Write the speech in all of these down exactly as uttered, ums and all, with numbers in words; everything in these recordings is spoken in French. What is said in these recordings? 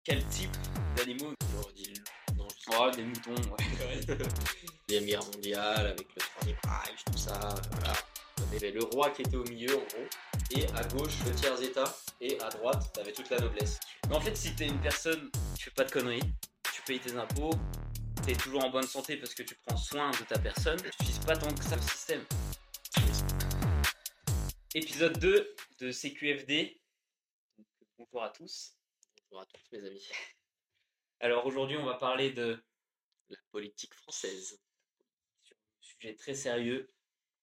Quel type d'animaux? J'aurais dit le- non, je sais Oh, des moutons, ouais. pas. Deuxième guerre mondiale avec le Troisième Reich, tout ça, euh, voilà. Il y avait le roi qui était au milieu en gros, et à gauche le tiers état, et à droite t'avais toute la noblesse. Mais en fait, si t'es une personne, tu fais pas de conneries, tu payes tes impôts, t'es toujours en bonne santé parce que tu prends soin de ta personne, tu utilises pas tant que ça le système. Épisode deux de C Q F D. Donc, bonjour à tous. Bonjour à tous mes amis. Alors aujourd'hui, on va parler de La politique française. sur un sujet très sérieux.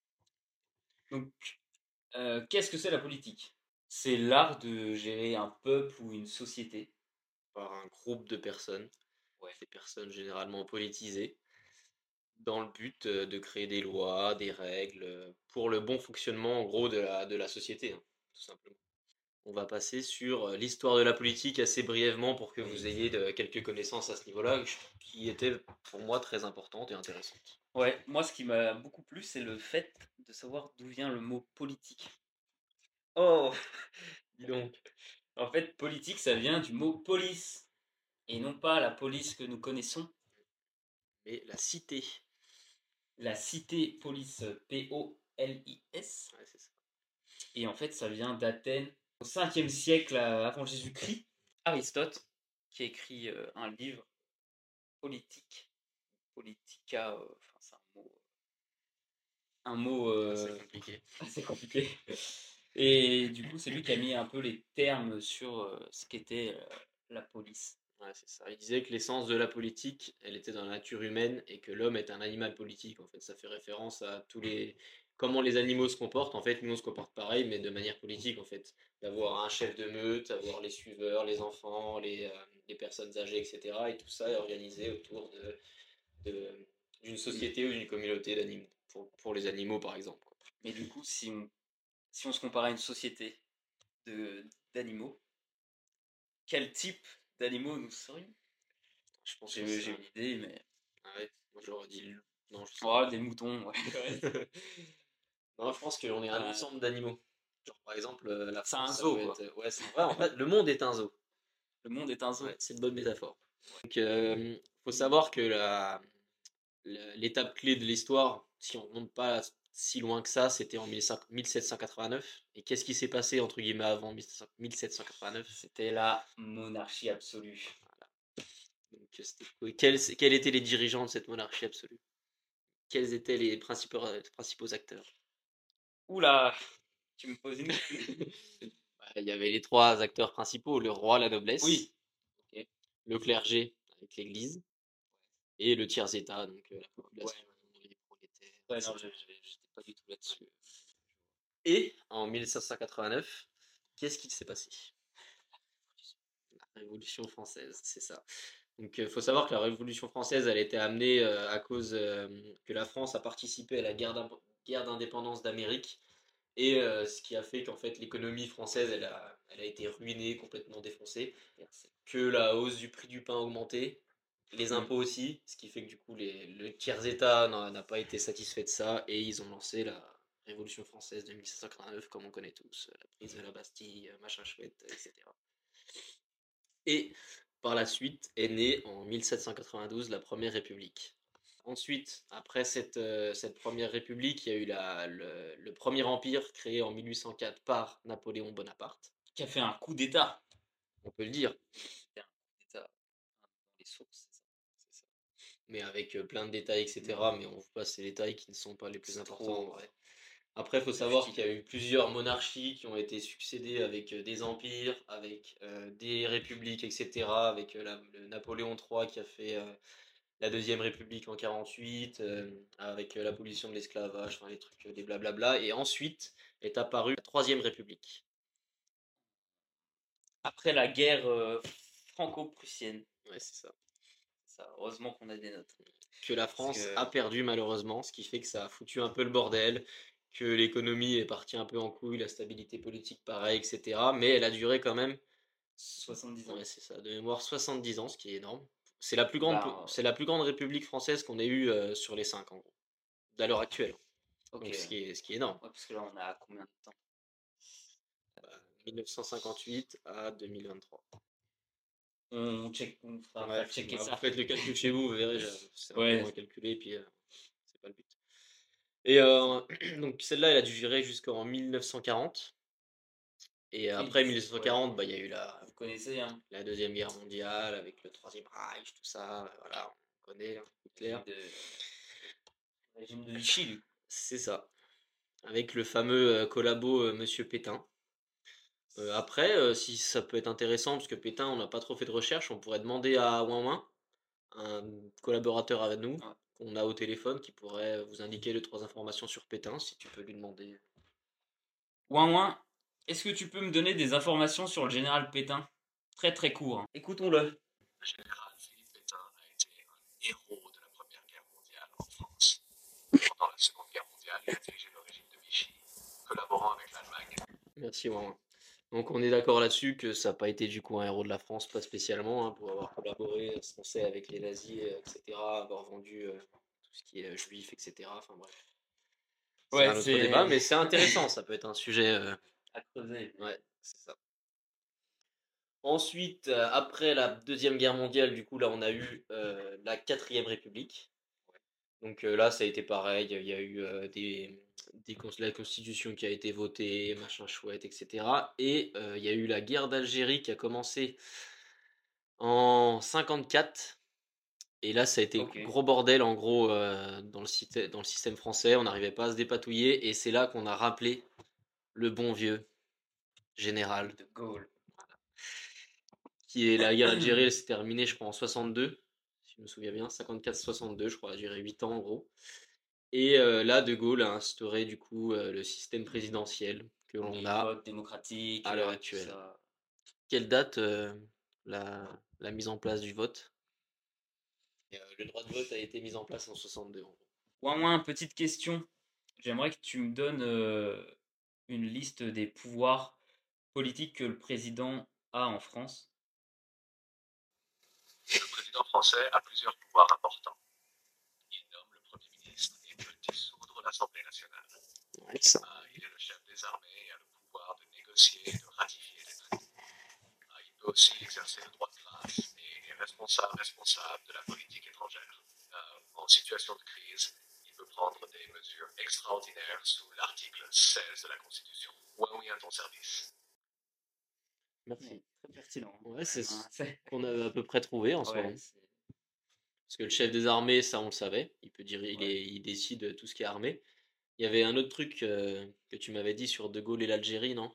Donc, euh, qu'est-ce que c'est la politique? C'est l'art de gérer un peuple ou une société. Par un groupe de personnes, Ouais. des personnes généralement politisées, dans le but euh, de créer des lois, des règles, euh, pour le bon fonctionnement en gros de la, de la société, hein, tout simplement. On va passer sur euh, l'histoire de la politique assez brièvement pour que vous ayez de, quelques connaissances à ce niveau-là, qui étaient pour moi très importantes et intéressantes. Ouais, moi ce qui m'a beaucoup plu, c'est le fait de savoir d'où vient le mot politique. Oh, Dis donc, en fait, politique, ça vient du mot police, et non pas la police que nous connaissons. mais la cité, La cité police, P O L I S, ouais, c'est ça. et en fait, ça vient d'Athènes au cinquième siècle euh, avant Jésus-Christ. Aristote, qui a écrit euh, un livre politique, politica, euh, enfin c'est un mot, un mot C'est euh, compliqué. assez compliqué. Et du coup, c'est lui qui a mis un peu les termes sur euh, ce qu'était euh, la police. Ouais, c'est ça. Il disait que l'essence de la politique, elle était dans la nature humaine et que l'homme est un animal politique. En fait, ça fait référence à tous les comment les animaux se comportent. En fait, nous on se comporte pareil, mais de manière politique. En fait, d'avoir un chef de meute, avoir les suiveurs, les enfants, les, euh, les personnes âgées, et cetera. Et tout ça est organisé autour de, de- d'une société ou d'une communauté d'animaux. Pour, pour les animaux, par exemple, quoi. Mais du coup, si on, si on se compare à une société de, d'animaux, quel type d'animaux nous serions? Je pense qu'on J'ai, j'ai serait une idée, mais. un- ouais, moi j'aurais dit le- non, je sais Oh, des moutons, ouais. pas. Non, je pense qu'on est un Euh, ensemble d'animaux. Genre, par exemple, euh, la c'est un France, ça zoo, peut être. quoi. euh, Ouais, c'est vrai, en fait, le monde est un zoo. Le monde est un zoo. Ouais, c'est une bonne métaphore. Donc, euh, faut savoir que la, la- l'étape clé de l'histoire, si on remonte pas si loin que ça, c'était en mille sept cent quatre-vingt-neuf. Et qu'est-ce qui s'est passé, entre guillemets, avant mille sept cent quatre-vingt-neuf? C'était la monarchie absolue. Donc, c'était quoi- quels, quels étaient les dirigeants de cette monarchie absolue? Quels étaient les principaux, principaux acteurs? Oula, tu me poses une colle. Bah, il y avait les trois acteurs principaux, le roi, la noblesse, Oui. Ok. le clergé avec l'église, et le tiers-état, donc euh, la Ouais. population, les prolétaires, Ouais, non, je- et cetera. je- j'étais pas du tout là-dessus. Et en mille sept cent quatre-vingt-neuf, qu'est-ce qui s'est passé? La Révolution française, c'est ça. Donc il faut savoir que la Révolution française, elle a été amenée euh, à cause euh, que la France a participé à la guerre d'im- guerre d'indépendance d'Amérique, et euh, ce qui a fait qu'en fait l'économie française, elle a, elle a été ruinée, complètement défoncée, que la hausse du prix du pain a augmenté, les Mm. impôts aussi, ce qui fait que du coup les, le tiers-état n'a n'a pas été satisfait de ça, et ils ont lancé la Révolution française de mille sept cent quatre-vingt-neuf, comme on connaît tous, la prise de la Bastille, machin chouette, et cetera. Et par la suite est née en mille sept cent quatre-vingt-douze la Première République. Ensuite, après cette, euh, cette Première République, il y a eu la, le, le Premier Empire créé en mille huit cent quatre par Napoléon Bonaparte, Qui a fait un coup d'État. on peut le dire. C'était un coup d'État dans les sources, c'est ça. C'est ça. Mais avec euh, plein de détails, et cetera. Mais on vous passe ces détails qui ne sont pas les plus C'est importants en trop vrai. Après, il faut savoir qu'il y a eu plusieurs monarchies qui ont été succédées avec euh, des empires, avec euh, des républiques, et cetera. Avec euh, la- le Napoléon trois qui a fait euh, la Deuxième République en quarante-huit, euh, avec euh, l'abolition de l'esclavage, enfin les trucs, euh, des blablabla. Et ensuite est apparue la Troisième République. après la guerre euh, franco-prussienne. Ouais, c'est ça. Ça, heureusement qu'on a des notes. Que la Parce France que a perdu malheureusement, ce qui fait que ça a foutu un peu le bordel, que l'économie est partie un peu en couille, la stabilité politique pareil, et cetera. Mais elle a duré quand même, soixante-dix ans. ouais, c'est ça, de mémoire soixante-dix ans, ce qui est énorme. C'est la plus grande, Bah, c'est la plus grande république française qu'on ait eue euh, sur les cinq en gros, à l'heure actuelle. ok. Donc ce Ouais, qui est, ce qui est énorme. parce que là, on a combien de temps? Bah, mille neuf cent cinquante-huit à deux mille vingt-trois. On check, on fera Ouais, checker bah, ça. vous faites le calcul chez vous, vous verrez, c'est un peu Ouais. moins calculé, puis euh, c'est pas le but. Et euh, donc celle-là, elle a duré jusqu'en mille neuf cent quarante. Et après mille neuf cent quarante, bah, il y a eu la, Vous connaissez, hein, la Deuxième Guerre mondiale avec le Troisième Reich, tout ça, voilà, on connaît, hein, Hitler. régime de, régime de Vichy, lui. C'est ça. Avec le fameux euh, collabo euh, Monsieur Pétain. Euh, après, euh, si ça peut être intéressant, parce que Pétain, on n'a pas trop fait de recherche, on pourrait demander à Ouin Ouin, un collaborateur avec nous, Ouais. qu'on a au téléphone, qui pourrait vous indiquer deux, trois informations sur Pétain, si tu peux lui demander. Ouin Ouin, est-ce que tu peux me donner des informations sur le général Pétain? Très très court, hein. Écoutons-le. Le général Philippe Pétain a été un héros de la Première Guerre mondiale en France. Pendant la Seconde Guerre mondiale, il a dirigé le régime de Vichy, collaborant avec l'Allemagne. Merci Ouin Ouin. Donc on est d'accord là-dessus que ça n'a pas été du coup un héros de la France, pas spécialement, hein, pour avoir collaboré, ce qu'on sait, avec les nazis, euh, et cetera, avoir vendu euh, tout ce qui est euh, juif, et cetera. Enfin bref. C'est Ouais, un autre c'est débat, mais c'est intéressant, ça peut être un sujet. euh, à creuser. Ouais, c'est ça. Ensuite, euh, après la Deuxième Guerre mondiale, du coup, là, on a eu euh, la Quatrième République. Donc euh, là, ça a été pareil, il y a eu euh, des, des cons- la Constitution qui a été votée, machin chouette, et cetera. Et euh, il y a eu la guerre d'Algérie qui a commencé en cinquante-quatre. Et là, ça a été Ok. gros bordel, en gros, euh, dans le, site- dans le système français. On n'arrivait pas à se dépatouiller. Et c'est là qu'on a rappelé le bon vieux général, De Gaulle. qui est la guerre d'Algérie, elle s'est terminée, je crois, en soixante-deux, si je me souviens bien, cinquante-quatre soixante-deux, je crois, elle a duré huit ans en gros. Et euh, là, De Gaulle a instauré du coup euh, le système présidentiel que l'on Les a votes démocratiques, à l'heure euh, tout actuelle. ça. Quelle date euh, la, la mise en place du vote? Et, euh, le droit de vote a été mis en place en soixante-deux en gros. Ouin Ouin, petite question. J'aimerais que tu me donnes euh, une liste des pouvoirs politiques que le président a en France. Le président français a plusieurs pouvoirs importants. Il nomme le Premier ministre et peut dissoudre l'Assemblée nationale. Ouais, ça. Ah, il est le chef des armées et a le pouvoir de négocier et de ratifier les traités. Ah, il peut aussi exercer le droit de grâce et est responsable, responsable de la politique étrangère. Ah, en situation de crise, il peut prendre des mesures extraordinaires sous l'article seize de la Constitution. Ouin Ouin à ton service. Merci. Très pertinent. Ouais, c'est Hein, ce c'est- qu'on a à peu près trouvé en soi. ouais, hein. c'est- Parce que le chef des armées, ça on le savait, il peut dire, il, ouais. est, il décide de tout ce qui est armé. Il y avait un autre truc euh, que tu m'avais dit sur De Gaulle et l'Algérie, non?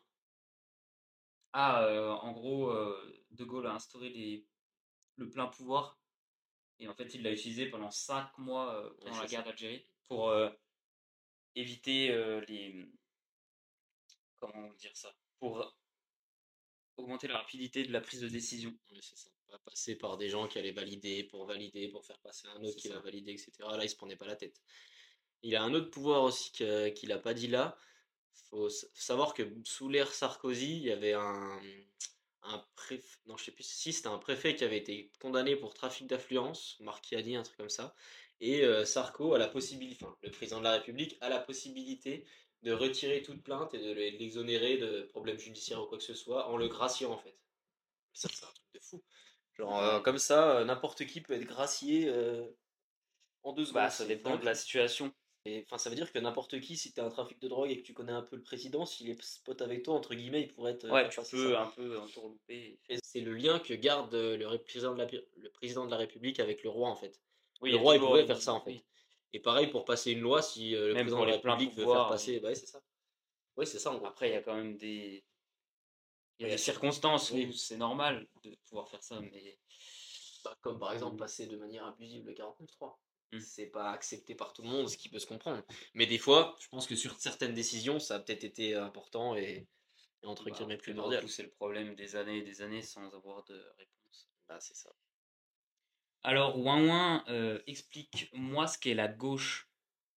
Ah, euh, en gros, euh, De Gaulle a instauré les- le plein pouvoir. Et en fait, il l'a utilisé pendant cinq mois euh, Ouais, pendant la c'est ça. guerre d'Algérie pour euh, éviter euh, les. Comment dire ça? Pour augmenter la rapidité de la prise de décision. Ouais, c'est ça. Pas passer par des gens qui allaient valider, pour valider, pour faire passer un autre C'est qui va ça. valider, et cetera. Là, il se prenait pas la tête. Il a un autre pouvoir aussi que- qu'il a pas dit là. Faut s- savoir que sous l'ère Sarkozy, il y avait un, un préfet, non, je sais plus si c'était un préfet qui avait été condamné pour trafic d'influence, Marchiani, un truc comme ça. Et euh, Sarko a la possibilité, enfin, le président de la République a la possibilité de retirer toute plainte et de l'exonérer de problèmes judiciaires ou quoi que ce soit en le graciant en fait. Ça, c'est un truc de fou. Genre, euh, Ouais. comme ça, euh, n'importe qui peut être gracié euh, en deux Bah, secondes. ça C'est dépend dingue. de la situation. Et enfin, ça veut dire que n'importe qui, si t'as un trafic de drogue et que tu connais un peu le président, s'il est pote avec toi, entre guillemets, il pourrait te Ouais, faire tu passer peux ça. un peu entourlouper. Et c'est le lien que garde euh, le, ré- président de la, pi- le président de la République avec le roi, en fait. Oui, il Le y a roi, il toujours pouvait faire une. ça, en fait. Oui. Et pareil, pour passer une loi, si euh, le Même président pour de la les pleins République veut faire pouvoirs. passer, et- bah ouais, c'est ça. Oui, c'est ça, en gros. Après, il y a quand même des. Il y a Il y a des cer- circonstances oui. où c'est normal de pouvoir faire ça, mais. Bah, comme par exemple Mm. passer de manière abusive le quarante-neuf trois. Mm. C'est pas accepté par tout le monde, ce qui peut se comprendre. Mais des fois, je pense que sur certaines décisions, ça a peut-être été important et, et entre Bah, guillemets que de primordial. repousser le problème des années et des années sans avoir de réponse. Bah, c'est ça. Alors, Ouin Ouin, euh, explique-moi ce qu'est la gauche.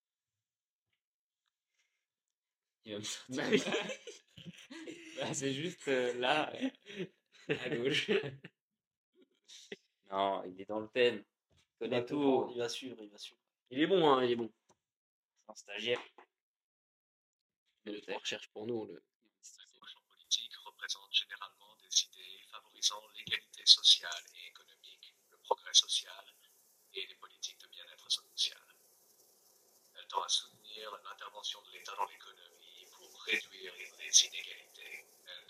Il va me sortir. Bah oui. Bah, c'est juste euh, là, à gauche. Non, il est dans le thème. Il Il va connaît comprendre, tout. il va suivre, il va suivre. Il est bon, hein, il est bon. C'est un stagiaire. Il fait trois recherches pour nous. Le... La gauche en politique représente généralement des idées favorisant l'égalité sociale et économique, le progrès social et les politiques de bien-être social. Elle tend à soutenir l'intervention de l'État dans l'économie pour réduire les inégalités. Elle,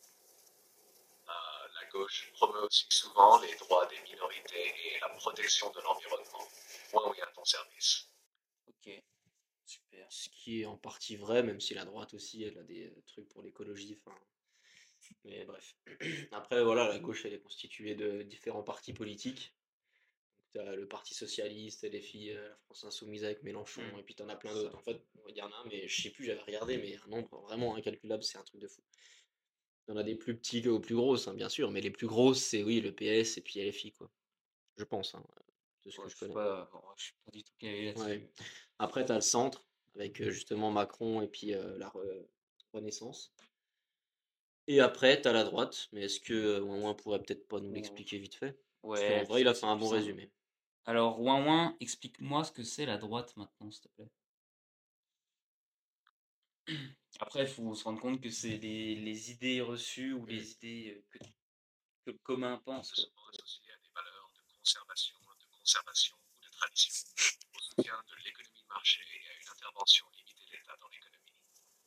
euh, la gauche promeut aussi souvent les droits des minorités et la protection de l'environnement. Moins oui à ton service. Ok, super. Ce qui est en partie vrai, même si la droite aussi, elle a des euh, trucs pour l'écologie. Enfin, mais bref. Après, voilà, la gauche, elle est constituée de différents partis politiques. Tu as le Parti socialiste, les filles, euh, la France insoumise avec Mélenchon, Mm. et puis tu en as plein Ça. d'autres. En fait, il y en a un, mais je sais plus, j'avais regardé, mais un nombre vraiment incalculable, c'est un truc de fou. Il y en a des plus petits aux plus grosses, hein, bien sûr, mais les plus grosses, c'est oui, le P S et puis L F I, quoi. Je pense, hein, de ce Ouais, que je je sais connais. pas, bon, je suis pas du tout calé là-dessus. Ouais. Après, tu as le centre, avec euh, justement Macron et puis euh, la Re- Renaissance. Et après, tu as la droite, mais est-ce que euh, Ouin pourrait peut-être pas nous Ou- l'expliquer vite fait? Parce qu'en Ouais, vrai, parce il a que fait c'est un plus bon simple. résumé. Alors, ouin ouin, explique-moi ce que c'est la droite maintenant, s'il te plaît. Après, il faut se rendre compte que c'est les, les idées reçues ou Mm. les idées euh, que, que le commun pense. Plus quoi. souvent associées à des valeurs de conservation, de conservation ou de tradition, au soutien de l'économie de marché et à une intervention limitée de l'État dans l'économie.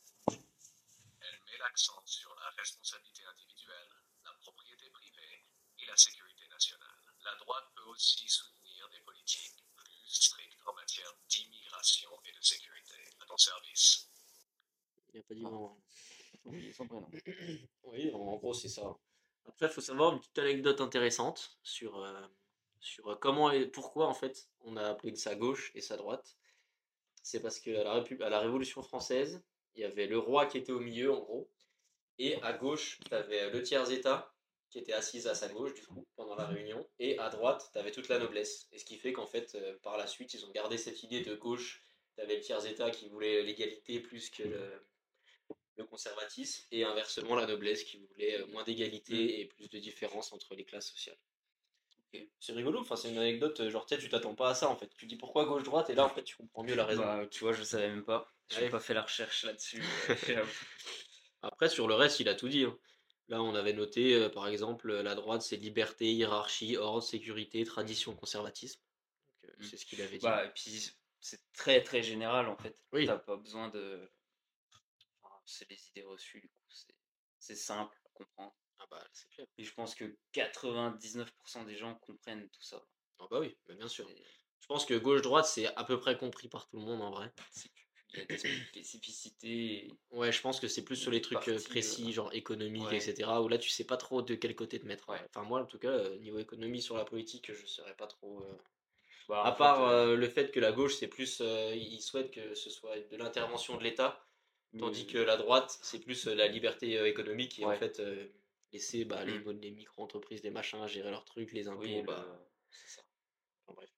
Elle met l'accent sur la responsabilité individuelle, la propriété privée et la sécurité nationale. La droite peut aussi soutenir des politiques plus strictes en matière d'immigration et de sécurité. À ton service. Il n'a pas dit Ah. Ouin. Oui, son prénom. Oui, en gros, c'est ça. Après, il faut savoir une petite anecdote intéressante sur, euh, sur euh, comment et pourquoi, en fait, on a appelé sa gauche et sa droite. C'est parce qu'à la, Répu- à la Révolution française, il y avait le roi qui était au milieu, en gros, et à gauche, tu avais le tiers-état qui était assise à sa gauche, du coup, pendant la réunion, et à droite, tu avais toute la noblesse. Et ce qui fait qu'en fait, euh, par la suite, ils ont gardé cette idée de gauche. Tu avais le tiers-état qui voulait l'égalité plus que le, le conservatisme, et inversement la noblesse qui voulait euh, moins d'égalité et plus de différence entre les classes sociales. Ok. C'est rigolo, enfin c'est une anecdote, euh, genre tu sais, tu t'attends pas à ça en fait. Tu dis pourquoi gauche-droite et là en fait tu comprends mieux la raison. Bah, tu vois, je savais même pas. J'ai Ouais. pas fait la recherche là-dessus. euh, j'avoue. Après sur le reste il a tout dit, hein. Là on avait noté euh, par exemple la droite c'est liberté, hiérarchie, ordre, sécurité, tradition, conservatisme. Donc, euh, Mm. c'est ce qu'il avait dit. Bah, et puis, c'est très très général en fait. Oui. T'as pas besoin de. Enfin, c'est des idées reçues, du coup, c'est c'est simple à comprendre. Ah bah c'est clair. Et je pense que quatre-vingt-dix-neuf pour cent des gens comprennent tout ça. Ah bah oui, bah, bien sûr. C'est- Je pense que gauche-droite c'est à peu près compris par tout le monde en vrai. c'est que- Il y a des spécificités. et- Ouais, je pense que c'est plus Il y sur a les des trucs euh, parties. précis, euh, genre économiques, Ouais, et cetera, où là tu sais pas trop de quel côté te mettre. ouais. Enfin, moi en tout cas, euh, niveau économie sur la politique, je serais pas trop. euh, Bah, À en fait, part euh, euh, le fait que la gauche, c'est plus. Euh, ils souhaitent que ce soit de l'intervention de l'État, tandis que euh, la droite, c'est plus euh, la liberté euh, économique et en ouais, fait euh, laisser bah, les, mm, mo- les micro-entreprises, les machins, gérer leurs trucs, les oui, impôts, le... bah. c'est ça. Enfin, bref.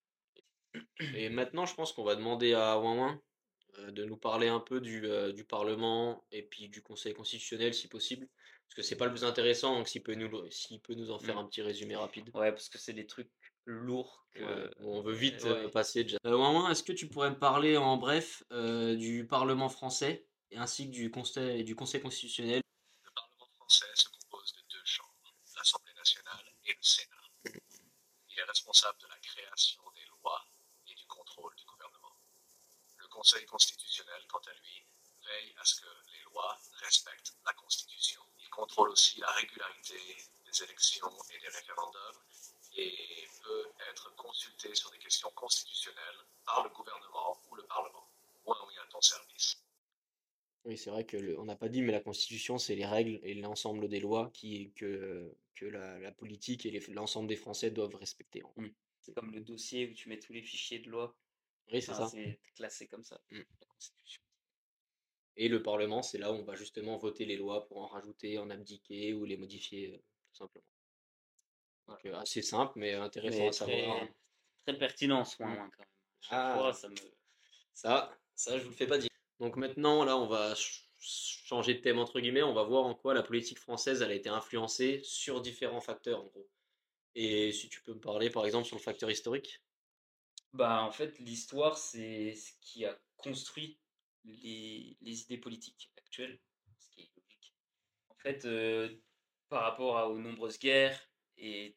Et maintenant, je pense qu'on va demander à Ouin euh, de nous parler un peu du, euh, du Parlement et puis du Conseil constitutionnel si possible. Parce que c'est pas le plus intéressant, donc s'il peut nous, s'il peut nous en faire Mm. un petit résumé rapide. Ouais, parce que c'est des trucs lourds que. Ouais, bon, on veut vite euh, euh, ouais. passer déjà. Euh, Ouin, est-ce que tu pourrais me parler en bref euh, du Parlement français et ainsi que du Conseil, du Conseil constitutionnel? Le Parlement français se compose de deux chambres, l'Assemblée nationale et le Sénat. Il est responsable de la création des lois et du contrôle du gouvernement. Le Conseil constitutionnel, quant à lui, veille à ce que les lois respectent la Constitution. Il contrôle aussi la régularité des élections et des référendums et peut être consulté sur des questions constitutionnelles par le gouvernement ou le Parlement. Ouin oui à ton service. Oui, c'est vrai que le- on n'a pas dit, mais la Constitution, c'est les règles et l'ensemble des lois qui, que, que la, la politique et les- l'ensemble des Français doivent respecter, en gros. Mm. C'est comme le dossier où tu mets tous les fichiers de loi. Oui, c'est Enfin, ça. c'est classé comme ça. Mm. La Constitution. Et le Parlement, c'est là où on va justement voter les lois pour en rajouter, en abdiquer ou les modifier, euh, tout simplement. Donc, Voilà. euh, assez simple, mais intéressant à Mais savoir. très, très pertinent ce point Mm. moins quand même. Chaque Ah, fois, ça me. ça, ça, je vous le fais pas dire. Donc maintenant, là, on va ch- changer de thème entre guillemets. On va voir en quoi la politique française elle a été influencée sur différents facteurs, en gros. Et si tu peux me parler, par exemple, sur le facteur historique. Bah, en fait, l'histoire, c'est ce qui a construit les, les idées politiques actuelles, ce qui est logique. En fait, euh, par rapport à- aux nombreuses guerres, Et.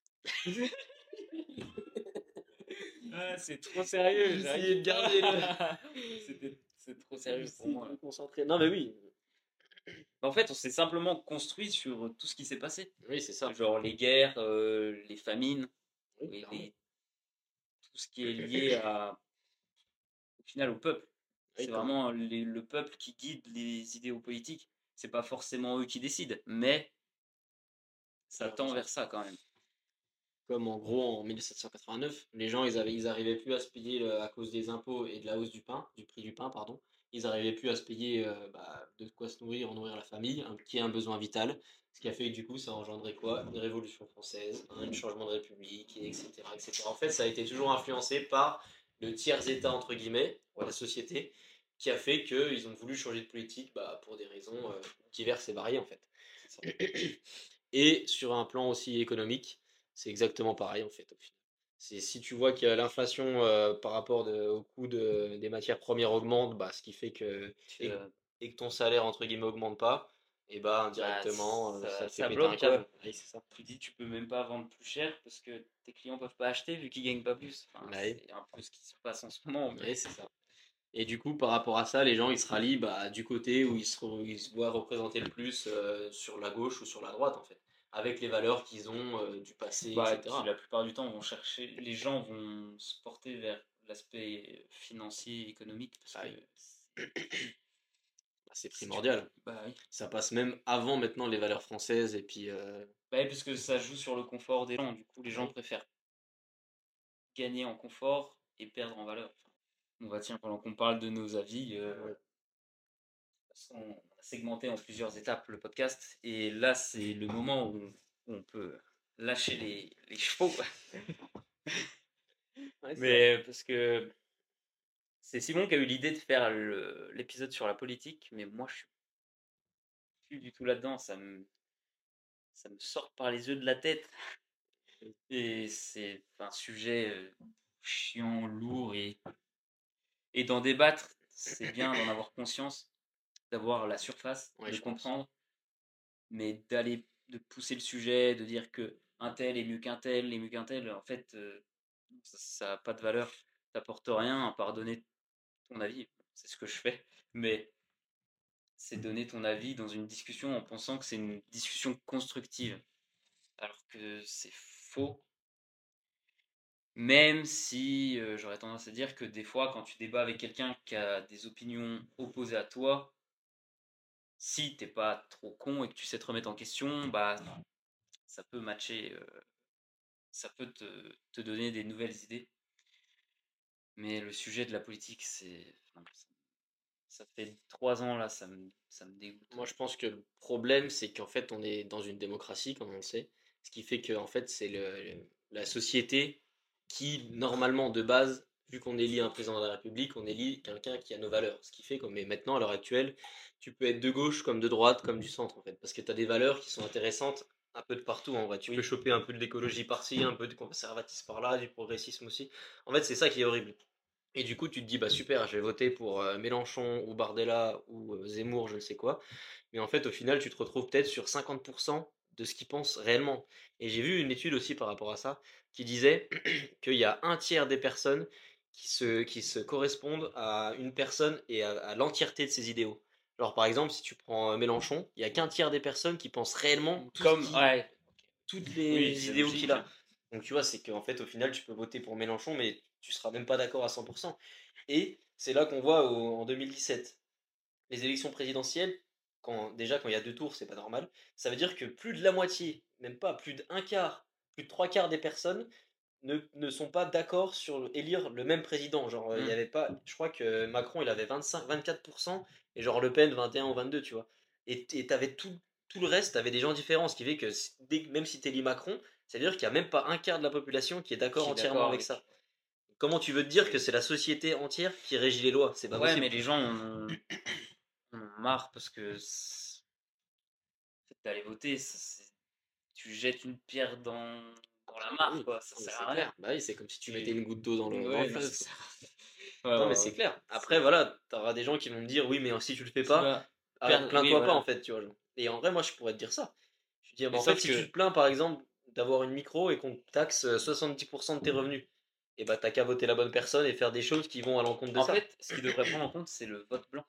Ah, c'est trop sérieux, J'essayais j'arrive de garder pas. C'était- C'est trop sérieux pour J'essaie moi. de là. me concentrer. Non, mais oui. En fait, on s'est simplement construit sur tout ce qui s'est passé. Oui, c'est ça. Genre les guerres, euh, les famines, Oui, et clairement. les- tout ce qui est lié à, au final au peuple. Oui, C'est comme, vraiment les- le peuple qui guide les idéaux politiques. C'est pas forcément eux qui décident, mais ça alors, tend genre, vers ça quand même. comme en gros en mille sept cent quatre-vingt-neuf, les gens ils avaient, ils arrivaient plus à se payer le- à cause des impôts et de la hausse du pain, du prix du pain, pardon. Ils arrivaient plus à se payer euh, bah, de quoi se nourrir, nourrir la famille, un- qui est un besoin vital. Ce qui a fait que du coup ça a engendré quoi? Une révolution française, un changement de république, et etc., et cetera. En fait, ça a été toujours influencé par le tiers-état entre guillemets, ou la société, qui a fait qu'ils ont voulu changer de politique bah, pour des raisons euh, diverses et variées en fait. C'est ça. Et sur un plan aussi économique, c'est exactement pareil en fait au final. C'est si tu vois que l'inflation euh, par rapport de- au coût de- des matières premières augmente, bah, ce qui fait que Tu, et, euh, et que ton salaire entre guillemets augmente pas, et bah bah, indirectement euh, ça ça, te fait ça péter bloque un quoi. câble. Oui, c'est ça. Tu dis tu peux même pas vendre plus cher parce que tes clients peuvent pas acheter vu qu'ils gagnent pas plus. Enfin, Ouais, c'est un peu ce qui se passe en ce moment. Mais... ouais, c'est ça. Et du coup, par rapport à ça, les gens ils se rallient bah, du côté où ils se, re- ils se voient représenter le plus euh, sur la gauche ou sur la droite en fait, avec les valeurs qu'ils ont euh, du passé, Bah, et puis et cetera. la plupart du temps, vont chercher, les gens vont se porter vers l'aspect financier, économique, parce Bah que oui. c'est- Bah, c'est si tu... primordial. Bah oui. Ça passe même avant maintenant les valeurs françaises et puis euh, Bah oui, parce que ça joue sur le confort des gens. Du coup, les gens oui, préfèrent gagner en confort et perdre en valeur. Enfin, on va tiens, pendant qu'on parle de nos avis, euh, ouais. parce qu'on a segmenté en plusieurs étapes le podcast, et là, c'est le moment où on peut lâcher les, les chevaux. Ouais, c'est vrai. Mais parce que c'est Simon qui a eu l'idée de faire le- l'épisode sur la politique, mais moi je suis plus du tout là-dedans, ça me, ça me sort par les yeux de la tête. Et c'est un sujet euh, chiant, lourd, et, et d'en débattre, c'est bien d'en avoir conscience, d'avoir la surface, Ouais, de je pense. comprendre, mais d'aller, de pousser le sujet, de dire que un tel est mieux qu'un tel, est mieux qu'un tel, en fait, euh, ça n'a pas de valeur, ça n'apporte rien à part donner ton avis, c'est ce que je fais, mais c'est donner ton avis dans une discussion en pensant que c'est une discussion constructive, alors que c'est faux, même si euh, j'aurais tendance à dire que des fois, quand tu débats avec quelqu'un qui a des opinions opposées à toi, si t'es pas trop con et que tu sais te remettre en question, bah ça peut matcher, euh, ça peut te, te donner des nouvelles idées. Mais le sujet de la politique, c'est... enfin, ça fait trois ans là, ça me, ça me dégoûte. Moi, je pense que le problème, c'est qu'en fait, on est dans une démocratie, comme on le sait, ce qui fait que en fait, c'est le, le- la société qui, normalement, de base, vu qu'on élit un président de la République, on élit quelqu'un qui a nos valeurs. Ce qui fait que, mais maintenant, à l'heure actuelle, tu peux être de gauche, comme de droite, comme du centre, en fait, parce que tu as des valeurs qui sont intéressantes un peu de partout, en vrai. Tu peux Oui. choper un peu de l'écologie par-ci, un peu de conservatisme par-là, du progressisme aussi. En fait, c'est ça qui est horrible. Et du coup, tu te dis, bah super, je vais voter pour euh, Mélenchon ou Bardella ou euh, Zemmour, je ne sais quoi. Mais en fait, au final, tu te retrouves peut-être sur cinquante pour cent de ce qu'ils pensent réellement. Et j'ai vu une étude aussi par rapport à ça qui disait qu'il y a un tiers des personnes qui se, qui se correspondent à une personne et à, à l'entièreté de ses idéaux. Genre, par exemple, si tu prends euh, Mélenchon, il y a qu'un tiers des personnes qui pensent réellement tout ce Comme, qui, ouais, toutes oui, les c'est idéaux qu'il logique. a. Donc tu vois, c'est qu'en fait, au final, tu peux voter pour Mélenchon, mais tu seras même pas d'accord à cent pour cent. Et c'est là qu'on voit au- en deux mille dix-sept, les élections présidentielles, quand, déjà quand il y a deux tours, c'est pas normal. Ça veut dire que plus de la moitié, même pas plus d'un quart, plus de trois quarts des personnes ne, ne sont pas d'accord sur le- élire le même président. Genre, euh, il y Mm. avait pas, je crois que Macron il avait vingt-cinq, vingt-quatre pour cent et genre Le Pen vingt et un ou vingt-deux, tu vois. Et et t'avais tout, tout le reste, t'avais des gens différents, ce qui fait que si- dès- même si t'élis Macron, ça veut dire qu'il y a même pas un quart de la population qui est d'accord Qui est entièrement d'accord avec avec. ça. Comment tu veux te dire que c'est la société entière qui régit les lois? C'est pas Ouais, possible. mais les gens en ont, en ont marre parce que c'est- en fait, d'aller voter, ça, c'est- tu jettes une pierre dans, dans la Ah mare, oui, quoi, ça non, mais sert c'est à rien. clair. Bah oui, c'est comme si tu mettais Tu... une goutte d'eau dans le, dans le Ouais, non, fleuve, c'est quoi. ça. Ouais, Non, mais ouais, c'est ouais. clair. Après, C'est- voilà, t'auras des gens qui vont me dire, oui, mais si tu le fais Tu pas, vas arrête, perdre. Oui, plains-toi pas, en voilà. fait, tu vois. Genre. Et en vrai, moi, je pourrais te dire ça. Je veux dire, Mais bah, en fait, sauf si tu que. te plains, par exemple, d'avoir une micro et qu'on te taxe euh, soixante-dix pour cent de tes revenus. Et bah t'as qu'à voter la bonne personne et faire des choses qui vont à l'encontre de En ça. fait, ce qu'il devrait prendre en compte, c'est le vote blanc.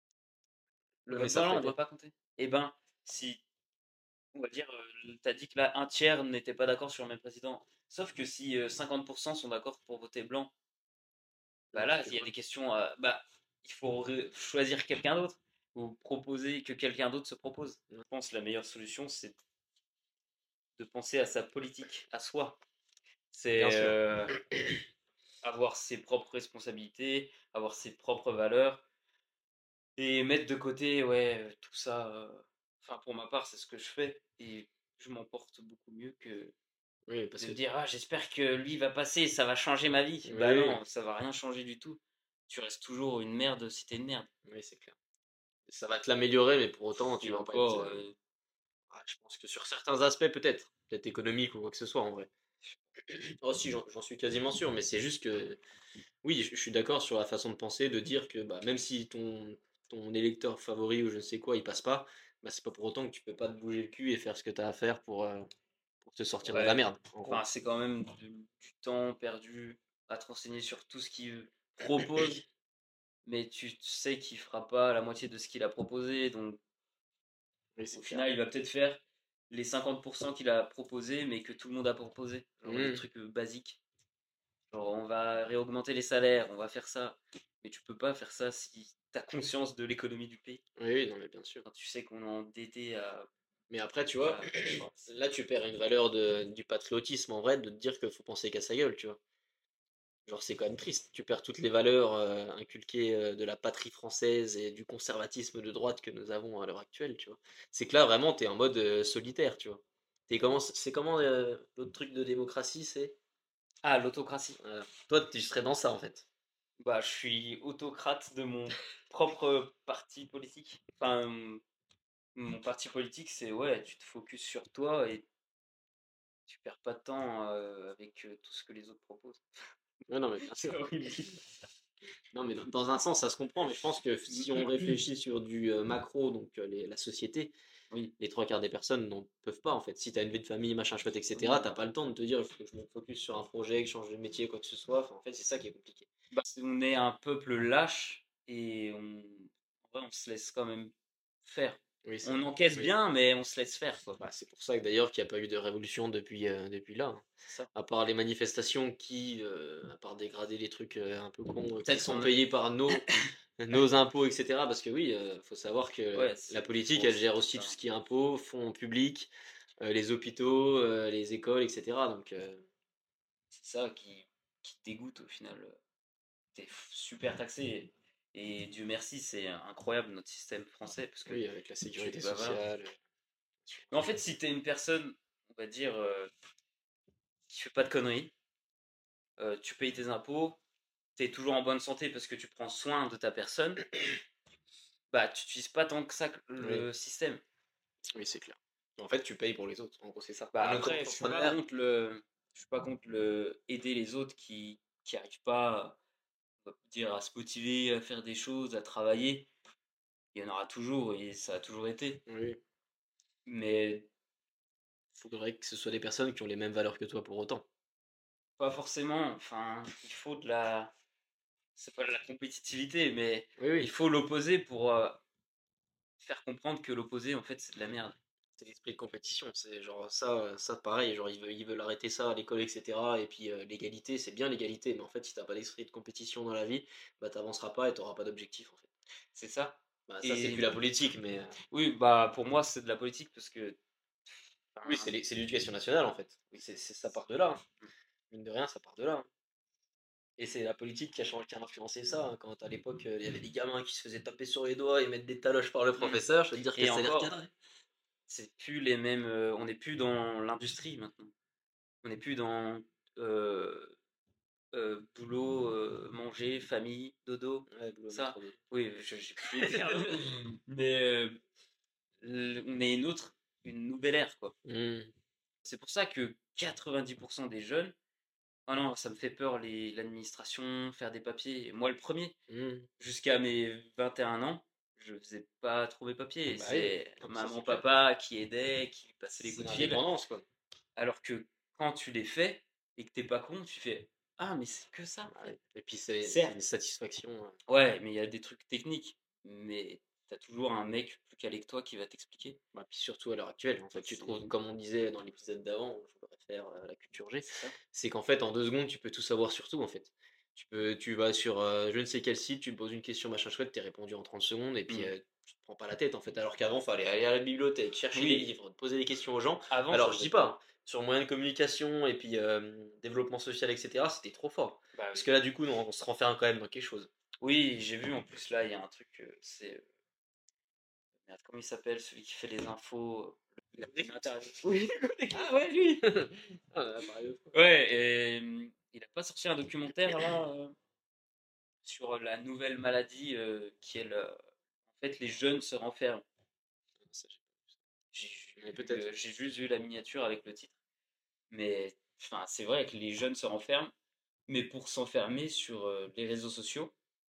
Le Ouais, mais vote ça blanc, ferait on ne quoi? doit pas compter. Eh ben, si, on va dire, tu as dit que là, un tiers n'était pas d'accord sur le même président. Sauf que si euh, cinquante pour cent sont d'accord pour voter blanc, bah Donc, tu là, fais il y a quoi? des questions, à- bah, il faut ré- choisir quelqu'un d'autre ou proposer que quelqu'un d'autre se propose. Je pense que la meilleure solution, c'est de penser à sa politique, à soi. Bien C'est sûr. euh, avoir ses propres responsabilités, avoir ses propres valeurs et mettre de côté, ouais, tout ça. euh, Enfin, pour ma part, c'est ce que je fais et je m'en porte beaucoup mieux que Oui, parce de que. me dire, ah, j'espère que lui va passer, ça va changer ma vie. Oui, Bah oui, non, ça va rien changer du tout. Tu restes toujours une merde si t'es une merde. oui, c'est clair. Ça va te l'améliorer, mais pour autant, tu Et vas pas être. encore, euh, euh, ah, je pense que sur certains aspects, peut-être. Peut-être économique ou quoi que ce soit, en vrai. Oh, si, j'en j'en suis quasiment sûr, mais c'est juste que. Oui, je je suis d'accord sur la façon de penser, de dire que bah, même si ton, ton électeur favori ou je ne sais quoi, il passe pas, bah, c'est pas pour autant que tu peux pas te bouger le cul et faire ce que tu as à faire pour, euh, pour te sortir de la ouais, merde, en gros. enfin, c'est quand même du, du temps perdu à te renseigner sur tout ce qu'il propose, mais tu sais qu'il fera pas la moitié de ce qu'il a proposé, donc Oui, au c'est clair. final, il va peut-être faire les cinquante pour cent qu'il a proposé, mais que tout le monde a proposé. Genre des Mmh. trucs euh, basiques. Genre, on va réaugmenter les salaires, on va faire ça. Mais tu peux pas faire ça si tu as conscience de l'économie du pays. Oui, oui, non, mais bien sûr. Quand tu sais qu'on est endetté à. Mais après, tu vois, à- enfin, c'est- là, tu perds une valeur de, du patriotisme, en vrai, de te dire qu'il faut penser qu'à sa gueule, tu vois. Genre, c'est quand même triste. Tu perds toutes les valeurs euh, inculquées euh, de la patrie française et du conservatisme de droite que nous avons à l'heure actuelle, tu vois. C'est que là, vraiment, t'es en mode euh, solitaire, tu vois. T'es comment, c'est comment euh, l'autre truc de démocratie, c'est? Ah, l'autocratie. Voilà. Toi, tu serais dans ça, en fait. Bah, je suis autocrate de mon propre parti politique. Enfin, euh, mon parti politique, c'est ouais, tu te focuses sur toi et tu perds pas de temps euh, avec euh, tout ce que les autres proposent. Ouais, non, mais bien C'est sûr. horrible. Non, mais dans, dans un sens, ça se comprend, mais je pense que si on réfléchit sur du euh, macro, donc euh, les- la société, Oui, les trois quarts des personnes n'en peuvent pas, en fait. Si t'as une vie de famille, machin chouette, oui, et cetera, t'as bah, pas le temps de te dire, il faut que je me focus sur un projet, que je change de métier, quoi que ce soit. Enfin, en fait, c'est ça qui est compliqué. bah, on est un peuple lâche et on, en vrai, on se laisse quand même faire. Oui, c'est On vrai. encaisse Oui. bien, mais on se laisse faire, quoi. Bah, c'est pour ça que d'ailleurs qu'il n'y a pas eu de révolution depuis, euh, depuis là, hein. C'est ça. À part les manifestations qui, euh, à part dégrader les trucs euh, un peu cons, euh, qui Peut-être sont qu'on. payés par nos, nos impôts, et cetera. Parce que oui, euh, faut savoir que Ouais, la c'est politique, bon, elle c'est gère pour aussi ça. tout ce qui est impôts, fonds publics, euh, les hôpitaux, euh, les écoles, et cetera. Donc, euh, C'est ça qui, qui te dégoûte au final. T'es f- super taxé. Et Dieu merci, c'est incroyable notre système français parce que oui, avec la tu sécurité te bavardes. sociale. euh, Mais en fait, si t'es une personne, on va dire, euh, qui fait pas de conneries, euh, tu payes tes impôts, t'es toujours en bonne santé parce que tu prends soin de ta personne, bah tu n'utilises pas tant que ça Oui, le système. oui, c'est clair. En fait, tu payes pour les autres. En gros, c'est ça. Bah Un après, je suis pas auto-entrepreneur. contre le, je suis pas contre le aider les autres qui qui arrivent pas, on va dire, à se motiver, à faire des choses, à travailler. Il y en aura toujours et ça a toujours été. Oui, Mais il faudrait que ce soit des personnes qui ont les mêmes valeurs que toi pour autant. pas forcément. Enfin, il faut de la, c'est pas de la compétitivité, mais Oui, il oui. faut l'opposé pour euh, faire comprendre que l'opposé, en fait, c'est de la merde. C'est l'esprit de compétition, c'est genre ça, euh, ça pareil, genre ils veulent, ils veulent arrêter ça à l'école, et cetera. Et puis euh, l'égalité, c'est bien l'égalité, mais en fait si t'as pas d'esprit de compétition dans la vie, bah t'avanceras pas et t'auras pas d'objectif en fait. C'est ça. Bah ça c'est plus Et la politique, mais euh, oui, bah pour moi, c'est de la politique parce que, oui enfin, c'est l'é- c'est l'éducation nationale en fait. oui, C'est, c'est- ça part de là, hein. Mine de rien ça part de là, hein. Et c'est la politique qui a, changé- qui a influencé ça, hein. Quand à l'époque euh, il y avait des gamins qui se faisaient taper sur les doigts et mettre des taloches par le mm. professeur, je veux te dire que Et ça les encore, recadrait. c'est plus les mêmes. euh, on n'est plus dans l'industrie maintenant. On n'est plus dans euh, euh, boulot, euh, manger, famille, dodo, Ouais, boulot ça. métro deux. Oui, je- j'ai plus les termes. Mais euh, l- on est une autre, une nouvelle ère, quoi. Hmm, C'est pour ça que quatre-vingt-dix pour cent des jeunes, oh non, ça me fait peur les- l'administration, faire des papiers. Moi, le premier, hmm. jusqu'à mes vingt et un ans, je faisais pas trop mes papiers. Bah oui, C'est non, mais ça c'est maman, clair. papa qui aidait, qui passait les C'est coups de fil. l'indépendance quoi. Alors que quand tu les fais et que t'es pas con, tu fais ah mais c'est que ça en Ouais. fait. Et puis c'est c'est Certes. une satisfaction. euh. Ouais, mais il y a des trucs techniques. Mais t'as toujours un mec plus calé que toi qui va t'expliquer. Bah, puis surtout à l'heure actuelle, en fait, tu C'est- trouves, comme on disait dans l'épisode d'avant, je préfère euh, la culture G, C'est ça. c'est qu'en fait, en deux secondes, tu peux tout savoir sur tout, en fait. Tu peux, tu vas sur euh, je ne sais quel site, tu me poses une question, machin chouette, t'es répondu en trente secondes, et puis Mm. euh, tu te prends pas la tête, en fait. Alors qu'avant, fallait aller à la bibliothèque, chercher Oui. des livres, poser des questions aux gens. Avant, Alors, ça je faisait dis pas, hein, sur moyen de communication, et puis euh, développement social, et cetera, c'était trop fort. Bah Parce oui. que là, du coup, on, on se renferme quand même dans quelque chose. Oui, j'ai vu en plus là, il y a un truc, euh, c'est. euh, Merde, comment il s'appelle, celui qui fait les infos euh, le- une interview. Oui, Ah ouais, lui Ah, on en a parlé l'autre fois. ouais, et euh, il a pas sorti un documentaire là euh, sur la nouvelle maladie euh, qui est le. En fait, les jeunes se renferment. Ça, j'ai- J'ai Mais vu, peut-être. euh, j'ai juste vu la miniature avec le titre. Mais enfin, c'est vrai que les jeunes se renferment, mais pour s'enfermer sur euh, les réseaux sociaux,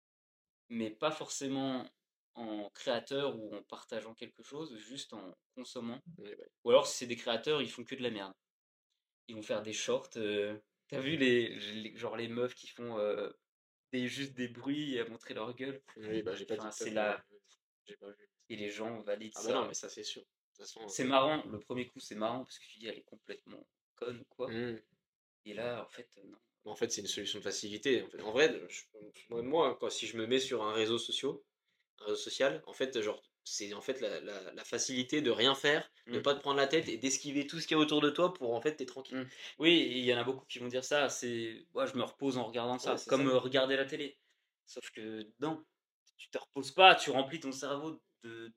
mais pas forcément en créateur ou en partageant quelque chose, juste en consommant. Ouais, ouais. Ou alors, si c'est des créateurs, ils font que de la merde. Ils vont faire des shorts. euh, T'as vu les, les- genre les meufs qui font euh, des, juste des bruits à montrer leur gueule. Oui, bah j'ai pas Enfin, c'est TikTok, là. moi. J'ai pas vu. Et les gens valident Ah bah non, ça. mais ça c'est sûr. De toute façon. C'est marrant, le premier coup c'est marrant parce que tu dis elle est complètement conne ou quoi. euh, hmm. Et là, en fait, euh, non. En fait, c'est une solution de facilité. En fait. En vrai, je- moi, moi, quand, si je me mets sur un réseau social, un réseau social, en fait, genre, c'est en fait la, la- la facilité de rien faire, de Mm. pas te prendre la tête et d'esquiver tout ce qu'il y a autour de toi pour en fait t'es tranquille. Mm. Oui, il y en a beaucoup qui vont dire ça. C'est, moi, je me repose en regardant ça, Ouais, c'est comme ça. euh, regarder la télé. Sauf que non, tu te reposes pas, tu remplis ton cerveau de,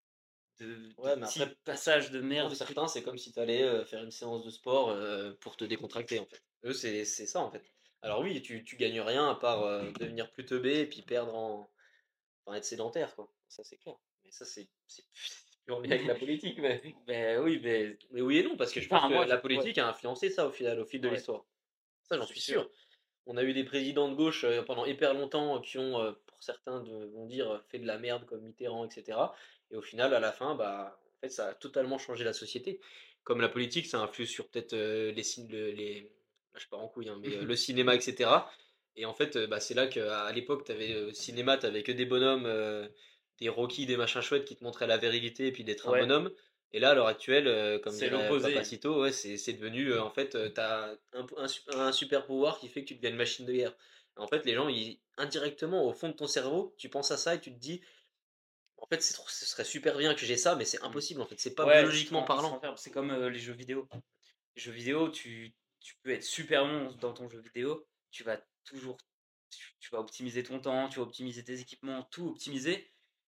de, de Ouais, mais petits après, pour, passages de merde. pour de trucs. certains, c'est comme si tu allais faire une séance de sport euh, pour te décontracter en fait. Eux, c'est c'est ça en fait. Alors oui, tu, tu gagnes rien à part euh, devenir plus teubé et puis perdre en. Enfin, être sédentaire quoi. Ça, c'est clair. Mais ça, c'est c'est plus en lien avec la politique, mais. Ben oui, mais Mais oui et non, parce que je pense enfin, que moi, je- la ouais, politique a influencé ça au final, au fil de ouais, l'histoire. Ça, j'en c'est suis sûr. sûr. On a eu des présidents de gauche euh, pendant hyper longtemps euh, qui ont, euh, pour certains de- vont dire, euh, fait de la merde comme Mitterrand, et cetera. Et au final, à la fin, bah, en fait, ça a totalement changé la société. Comme la politique, ça influe sur peut-être euh, les, cin- le- les, là, je pars en couille, hein, mais euh, le cinéma, et cetera. Et en fait, euh, bah, c'est là qu'à à l'époque, tu avais au cinéma, tu que des bonhommes, euh, des Rocky, des machins chouettes qui te montraient la vérité et puis d'être un Ouais, bonhomme. Et là, à l'heure actuelle, euh, comme c'est dirait l'opposé. Papacito, ouais, c'est c'est devenu, euh, en fait, euh, t'as un, un, su- un super pouvoir qui fait que tu deviens une machine de guerre. En fait, les gens, ils, indirectement, au fond de ton cerveau, tu penses à ça et tu te dis, en fait, c'est trop- ce serait super bien que j'ai ça, mais c'est Mm. impossible, en fait, c'est pas Ouais, il se, biologiquement ren- il se parlant. renferme. C'est comme euh, les jeux vidéo. Les jeux vidéo, tu, tu peux être super bon dans ton jeu vidéo. Tu vas toujours, tu, tu vas optimiser ton temps, tu vas optimiser tes équipements, tout optimiser.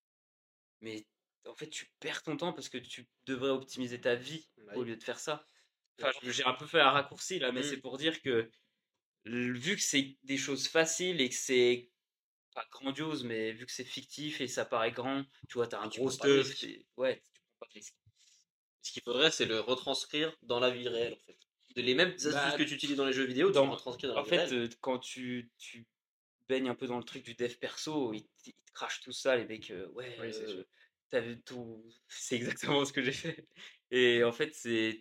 Mais en fait, tu perds ton temps parce que tu devrais optimiser ta vie Bah au oui. lieu de faire ça. Enfin, je- j'ai un peu fait un raccourci là, mais Mm. c'est pour dire que l- vu que c'est des choses faciles et que c'est pas grandiose, mais vu que c'est fictif et ça paraît grand, tu vois, t'as un Et tu gros prends pas de stuff, risque. t'es- ouais, tu prends pas de risque. Ce qu'il faudrait, c'est le retranscrire dans la vie réelle, en fait. De les mêmes astuces Bah, que tu utilises dans les jeux vidéo, tu le dans, retranscris dans la en vie fait, réelle. euh, quand tu, tu baignes un peu dans le truc du dev perso, ils, te ils te crachent tout ça, les mecs, euh, ouais, Oui, c'est sûr. euh, t'as vu tout, c'est exactement ce que j'ai fait. Et en fait, c'est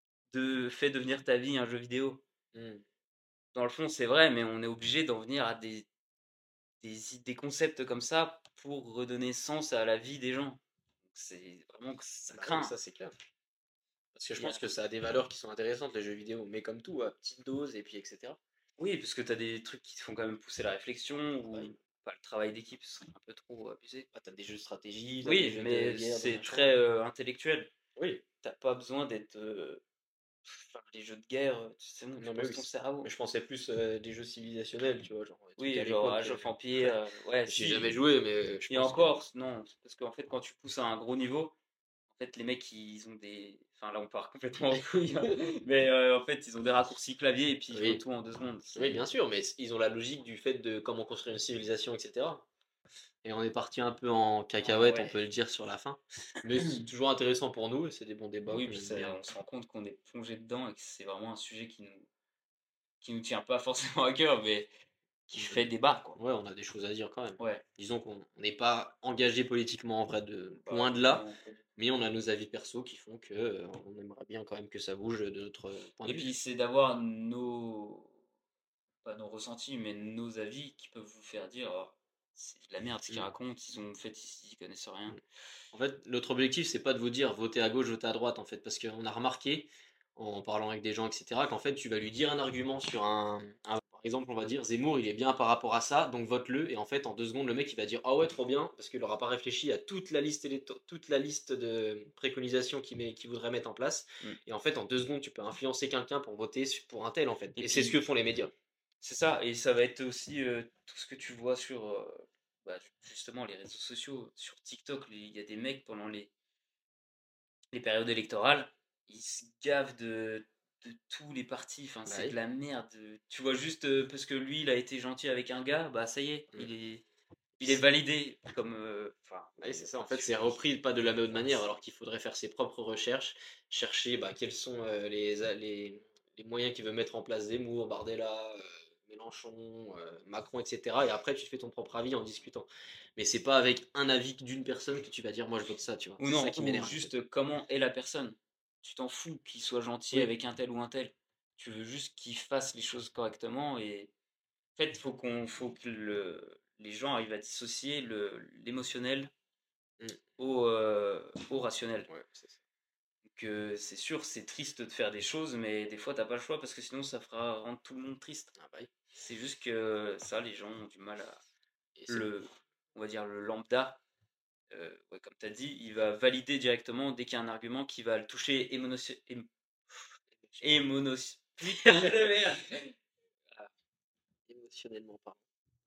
de fait devenir ta vie un jeu vidéo. Mm. Dans le fond, c'est vrai, mais on est obligé d'en venir à des, des, i- des concepts comme ça pour redonner sens à la vie des gens. C'est vraiment que ça Bah oui, craint. ça c'est clair. Parce que je Il y pense a- que ça a des valeurs qui sont intéressantes, les jeux vidéo, mais comme tout, à petite dose, et puis et cetera. Oui, parce que tu as des trucs qui te font quand même pousser la réflexion Bah oui. ou pas le travail d'équipe serait un peu trop abusé. Ah, t'as des jeux de stratégie, t'as des Oui, jeux de mais guerre, de c'est machin. très euh, intellectuel. Oui, T'as pas besoin d'être. euh, Enfin, les jeux de guerre, euh, c'est bon, tu non mais poses oui. ton c'est- Mais cerveau. je pensais plus euh, des jeux civilisationnels, tu vois, genre des trucs à Oui, genre l'époque. Age euh, of Empires, euh, ouais, J'ai jamais si. joué, mais je Et pense que. encore, non, c'est parce qu'en fait, quand tu pousses à un gros niveau, en fait, les mecs, ils ont des. Enfin, là, on part complètement en couille, hein. Mais euh, en fait, ils ont des raccourcis clavier et puis ils font Oui, tout en deux secondes. oui, bien C'est. sûr, mais ils ont la logique du fait de comment construire une civilisation, et cetera. Et on est parti un peu en Ah cacahuète, on ouais. peut le dire, sur la fin. Mais c'est toujours intéressant pour nous, et c'est des bons débats Oui, qu'on puis aime c'est- bien. on se rend compte qu'on est plongé dedans et que c'est vraiment un sujet qui nous, qui nous tient pas forcément à cœur, mais qui Ouais. fait débat, quoi. Ouais, on a des choses à dire quand même. Ouais. Disons qu'on on n'est pas engagé politiquement en vrai, de Bah, loin de là, non, pas du tout. mais on a nos avis perso qui font que euh, on aimerait bien quand même que ça bouge de notre point de Et vue. puis c'est d'avoir nos, pas nos ressentis, mais nos avis qui peuvent vous faire dire oh, c'est de la merde ce qu'ils Mm. racontent, ils ont fait ici, ils connaissent rien. Mm. En fait, notre objectif, c'est pas de vous dire votez à gauche, votez à droite, en fait, parce qu'on a remarqué, en parlant avec des gens, et cetera, qu'en fait, tu vas lui dire un argument sur un, un- par exemple, on va dire Zemmour, il est bien par rapport à ça, donc vote-le, et en fait, en deux secondes, le mec, il va dire ah ouais, trop bien, parce qu'il n'aura pas réfléchi à toute la liste, électo- toute la liste de préconisations qu'il met- qu'il voudrait mettre en place, Mm. et en fait, en deux secondes, tu peux influencer quelqu'un pour voter pour un tel, en fait, et, Et c'est puis- ce que font les médias. C'est ça, et ça va être aussi euh, tout ce que tu vois sur euh, bah, justement les réseaux sociaux, sur TikTok, les- il y a des mecs pendant les, les périodes électorales, ils se gavent de, de tous les partis, enfin, Bah c'est oui. de la merde. Tu vois juste euh, parce que lui il a été gentil avec un gars, bah ça y est, Mm. il est, il est validé comme. euh, Enfin, Oui, c'est ça, en fait, c'est repris pas de la même manière, alors qu'il faudrait faire ses propres recherches, chercher bah, quels sont euh, les, a- les, les moyens qu'il veut mettre en place Zemmour, Bardella, euh, Mélenchon, euh, Macron, et cetera. Et après, tu te fais ton propre avis en discutant. Mais c'est pas avec un avis d'une personne que tu vas dire, moi je vote ça, tu vois. Ou C'est ça non, qui ou m'énerve. en fait. juste comment est la personne. Tu t'en fous qu'il soit gentil Oui, avec un tel ou un tel. Tu veux juste qu'il fasse les choses correctement et en fait, faut qu'on, faut que le, les gens arrivent à dissocier le, l'émotionnel Mm. au, euh, au rationnel. ouais, c'est ça. Donc euh, c'est sûr, c'est triste de faire des choses, mais des fois t'as pas le choix parce que sinon ça fera rendre tout le monde triste. Ah bah oui. C'est juste que ça, les gens ont du mal à Et c'est- le, on va dire le lambda. Euh, ouais, comme tu as dit, il va valider directement dès qu'il y a un argument qui va le toucher émotion... ém- émono- Putain de merde. émotionnellement parlant.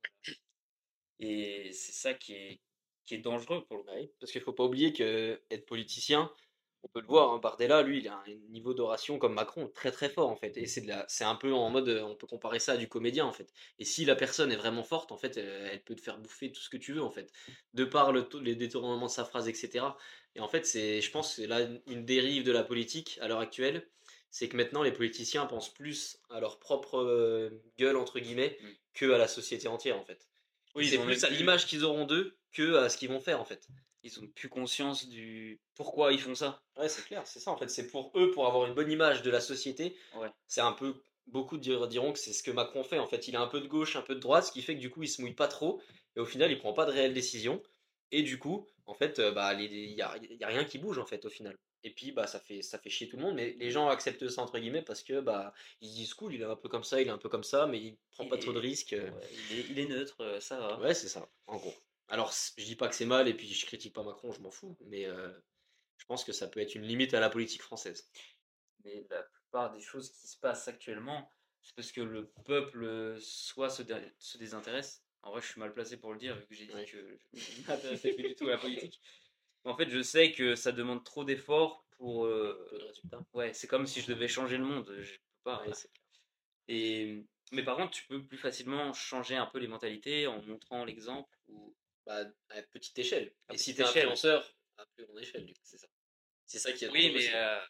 Et c'est ça qui est, qui est dangereux pour le coup. Bah oui, parce qu'il faut pas oublier que être politicien, on peut le voir, hein, Bardella, lui, il a un niveau d'oration comme Macron très très fort en fait. Et c'est de la, c'est un peu en mode, euh, on peut comparer ça à du comédien en fait. Et si la personne est vraiment forte, en fait, euh, elle peut te faire bouffer tout ce que tu veux en fait, de par le, taux- les détournements de sa phrase, et cetera. Et en fait, c'est, je pense, que c'est là une dérive de la politique à l'heure actuelle, c'est que maintenant les politiciens pensent plus à leur propre euh, gueule entre guillemets Mm. que à la société entière en fait. Oui, C'est ils ont plus même à plus, l'image qu'ils auront d'eux que à ce qu'ils vont faire en fait. ils ont plus conscience du pourquoi ils font ça. Ouais, c'est clair, c'est ça en fait. C'est pour eux, pour avoir une bonne image de la société. Ouais. C'est un peu. Beaucoup dir- diront que c'est ce que Macron fait. En fait, il est un peu de gauche, un peu de droite, ce qui fait que du coup, il se mouille pas trop. Et au final, il prend pas de réelles décisions. Et du coup, en fait, euh, bah, les- il y a, il y a rien qui bouge en fait au final. Et puis, bah, ça fait, ça fait chier tout le monde. Mais les gens acceptent ça entre guillemets parce que bah, ils se disent cool, il est un peu comme ça, il est un peu comme ça, mais il prend Il pas trop de est, risques. euh. ouais, il est, il est neutre, euh, ça va. Ouais, c'est ça, en gros. Alors, c- je dis pas que c'est mal et puis je critique pas Macron, je m'en fous. Mais euh, je pense que ça peut être une limite à la politique française. Mais la plupart des choses qui se passent actuellement, c'est parce que le peuple euh, soit se, dé- se désintéresse. En vrai, je suis mal placé pour le dire, vu que j'ai dit Ouais. que je ne m'intéressais plus du tout à la politique. En fait, je sais que ça demande trop d'efforts pour. euh, Peu de résultats. Ouais, c'est comme si je devais changer le monde. Je peux pas. Ouais, c'est clair. Et... Mais par contre, tu peux plus facilement changer un peu les mentalités en montrant l'exemple. Ou... Bah, à petite échelle. À Et si petite t'es échelle. influenceur, à plus grande échelle, du coup, c'est ça. C'est ça qui est Oui, drôle mais aussi. euh,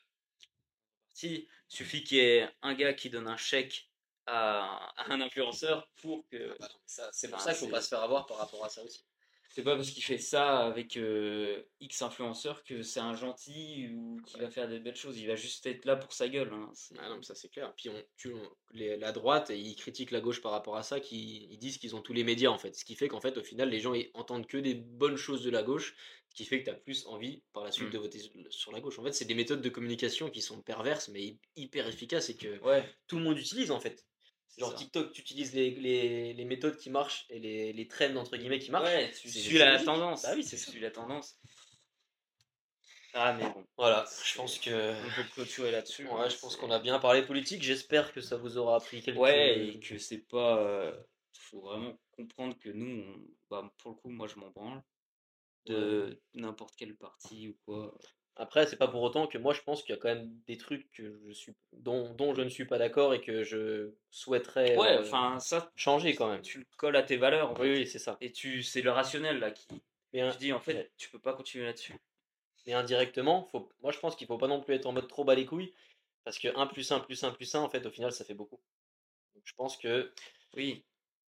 si, suffit qu'il y ait un gars qui donne un chèque à, à un influenceur pour que. Ah bah non, mais ça, c'est pour Enfin, ça qu'il faut c'est- pas se faire avoir par rapport à ça aussi. C'est pas parce qu'il fait ça avec euh, X influenceur que c'est un gentil ou qu'il Ouais. va faire des belles choses. Il va juste être là pour sa gueule. Hein. C'est- Ah non, mais ça c'est clair. Puis on, tu, on- les- la droite, ils critiquent la gauche par rapport à ça, qui, ils disent qu'ils ont tous les médias en fait. Ce qui fait qu'en fait, au final, les gens ils entendent que des bonnes choses de la gauche, ce qui fait que tu as plus envie par la suite Mm. de voter sur- sur la gauche. En fait, c'est des méthodes de communication qui sont perverses mais hy- hyper efficaces et que Ouais, tout le monde utilise en fait. c'est Genre ça. TikTok, tu utilises les, les, les méthodes qui marchent et les, les trends entre guillemets qui marchent. Ouais, tu C'est- suis c'est la logique. tendance. Bah oui, c'est tu ça. suis la tendance. Ah, mais bon. Voilà, c'est- je pense que. On peut clôturer là-dessus. hein, Ouais, je pense c'est- qu'on a bien parlé politique. J'espère que ça vous aura appris quelques. Ouais, et que c'est pas. euh, faut vraiment comprendre que nous, on- bah, pour le coup, moi je m'en branle de n'importe quel parti ou quoi. Après, c'est pas pour autant que moi je pense qu'il y a quand même des trucs que je suis, dont, dont je ne suis pas d'accord et que je souhaiterais Ouais, euh, enfin, ça, changer quand même. tu le colles à tes valeurs. En Oui, fait. oui, c'est ça. Et tu, c'est le rationnel là qui. Mais, un- Tu dis en fait, ouais. tu peux pas continuer là-dessus. mais indirectement, faut, moi je pense qu'il faut pas non plus être en mode trop bas les couilles, parce que un plus un plus un plus un, en fait, au final, ça fait beaucoup. Donc, je pense que Oui.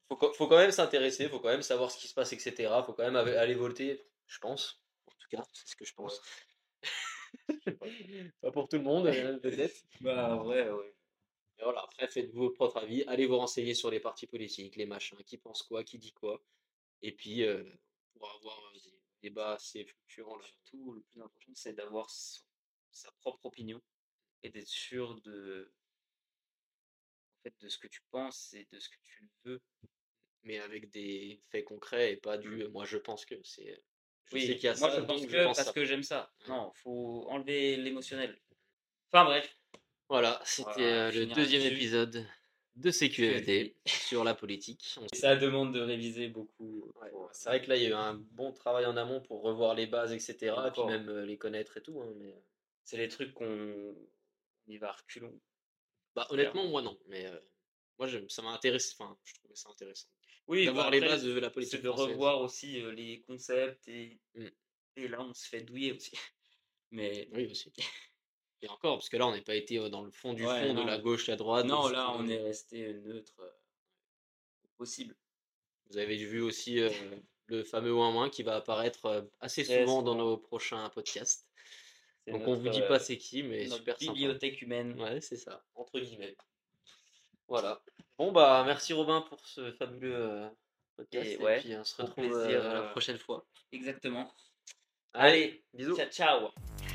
faut, faut, faut quand même s'intéresser, faut quand même savoir ce qui se passe, et cetera. Faut quand même aller voter, je pense. En tout cas, c'est ce que je pense. Ouais. Pas pour tout le monde, euh, peut-être. Bah ouais, ouais. Et voilà, après, faites vos propres avis, allez vous renseigner sur les partis politiques, les machins, qui pense quoi, qui dit quoi. Et puis, euh, pour avoir euh, des débats assez fluctuants là. Surtout, le plus important, c'est d'avoir son- sa propre opinion et d'être sûr de, en fait, de ce que tu penses et de ce que tu veux. Mais avec des faits concrets et pas du Mm. euh, moi je pense que c'est. Je Oui, sais qu'il y a moi ça, je pense donc que je pense parce ça. que j'aime ça. Ouais. Non, faut enlever l'émotionnel. Enfin bref, Voilà, c'était voilà, euh, le finir deuxième là-dessus. épisode de C Q F D Q F D. sur la politique. On Ça demande de réviser beaucoup. Ouais, pour- c'est vrai que là, il y a eu un bon travail en amont pour revoir les bases, et cetera. Et puis Encore. même euh, les connaître et tout. Hein, mais... euh, C'est les trucs qu'on on y va à reculons. Bah, honnêtement, moi non. Mais euh, moi, je- ça m'a intéressé. Enfin, je trouvais ça intéressant. Oui, D'avoir bah les après, bases de la c'est politique de française. revoir aussi euh, les concepts et, Mm. et là on se fait douiller aussi. Mais Oui, aussi. Et encore, parce que là, on n'est pas été euh, dans le fond du ouais, fond de non. la gauche, la droite. de Non, ce là que- on est resté neutre euh, possible. Vous avez vu aussi euh, le fameux ouin ouin qui va apparaître euh, assez Très souvent dans souvent. nos prochains podcasts. C'est Donc on notre, vous dit euh, pas c'est qui, mais notre super sympa. bibliothèque humaine. Ouais, c'est ça, entre guillemets. Voilà. Bon bah merci Robin pour ce fabuleux euh, podcast Et et, ouais, puis on se au retrouve plaisir. euh, la euh, prochaine fois. Exactement. Allez, Allez, bisous. ciao ciao.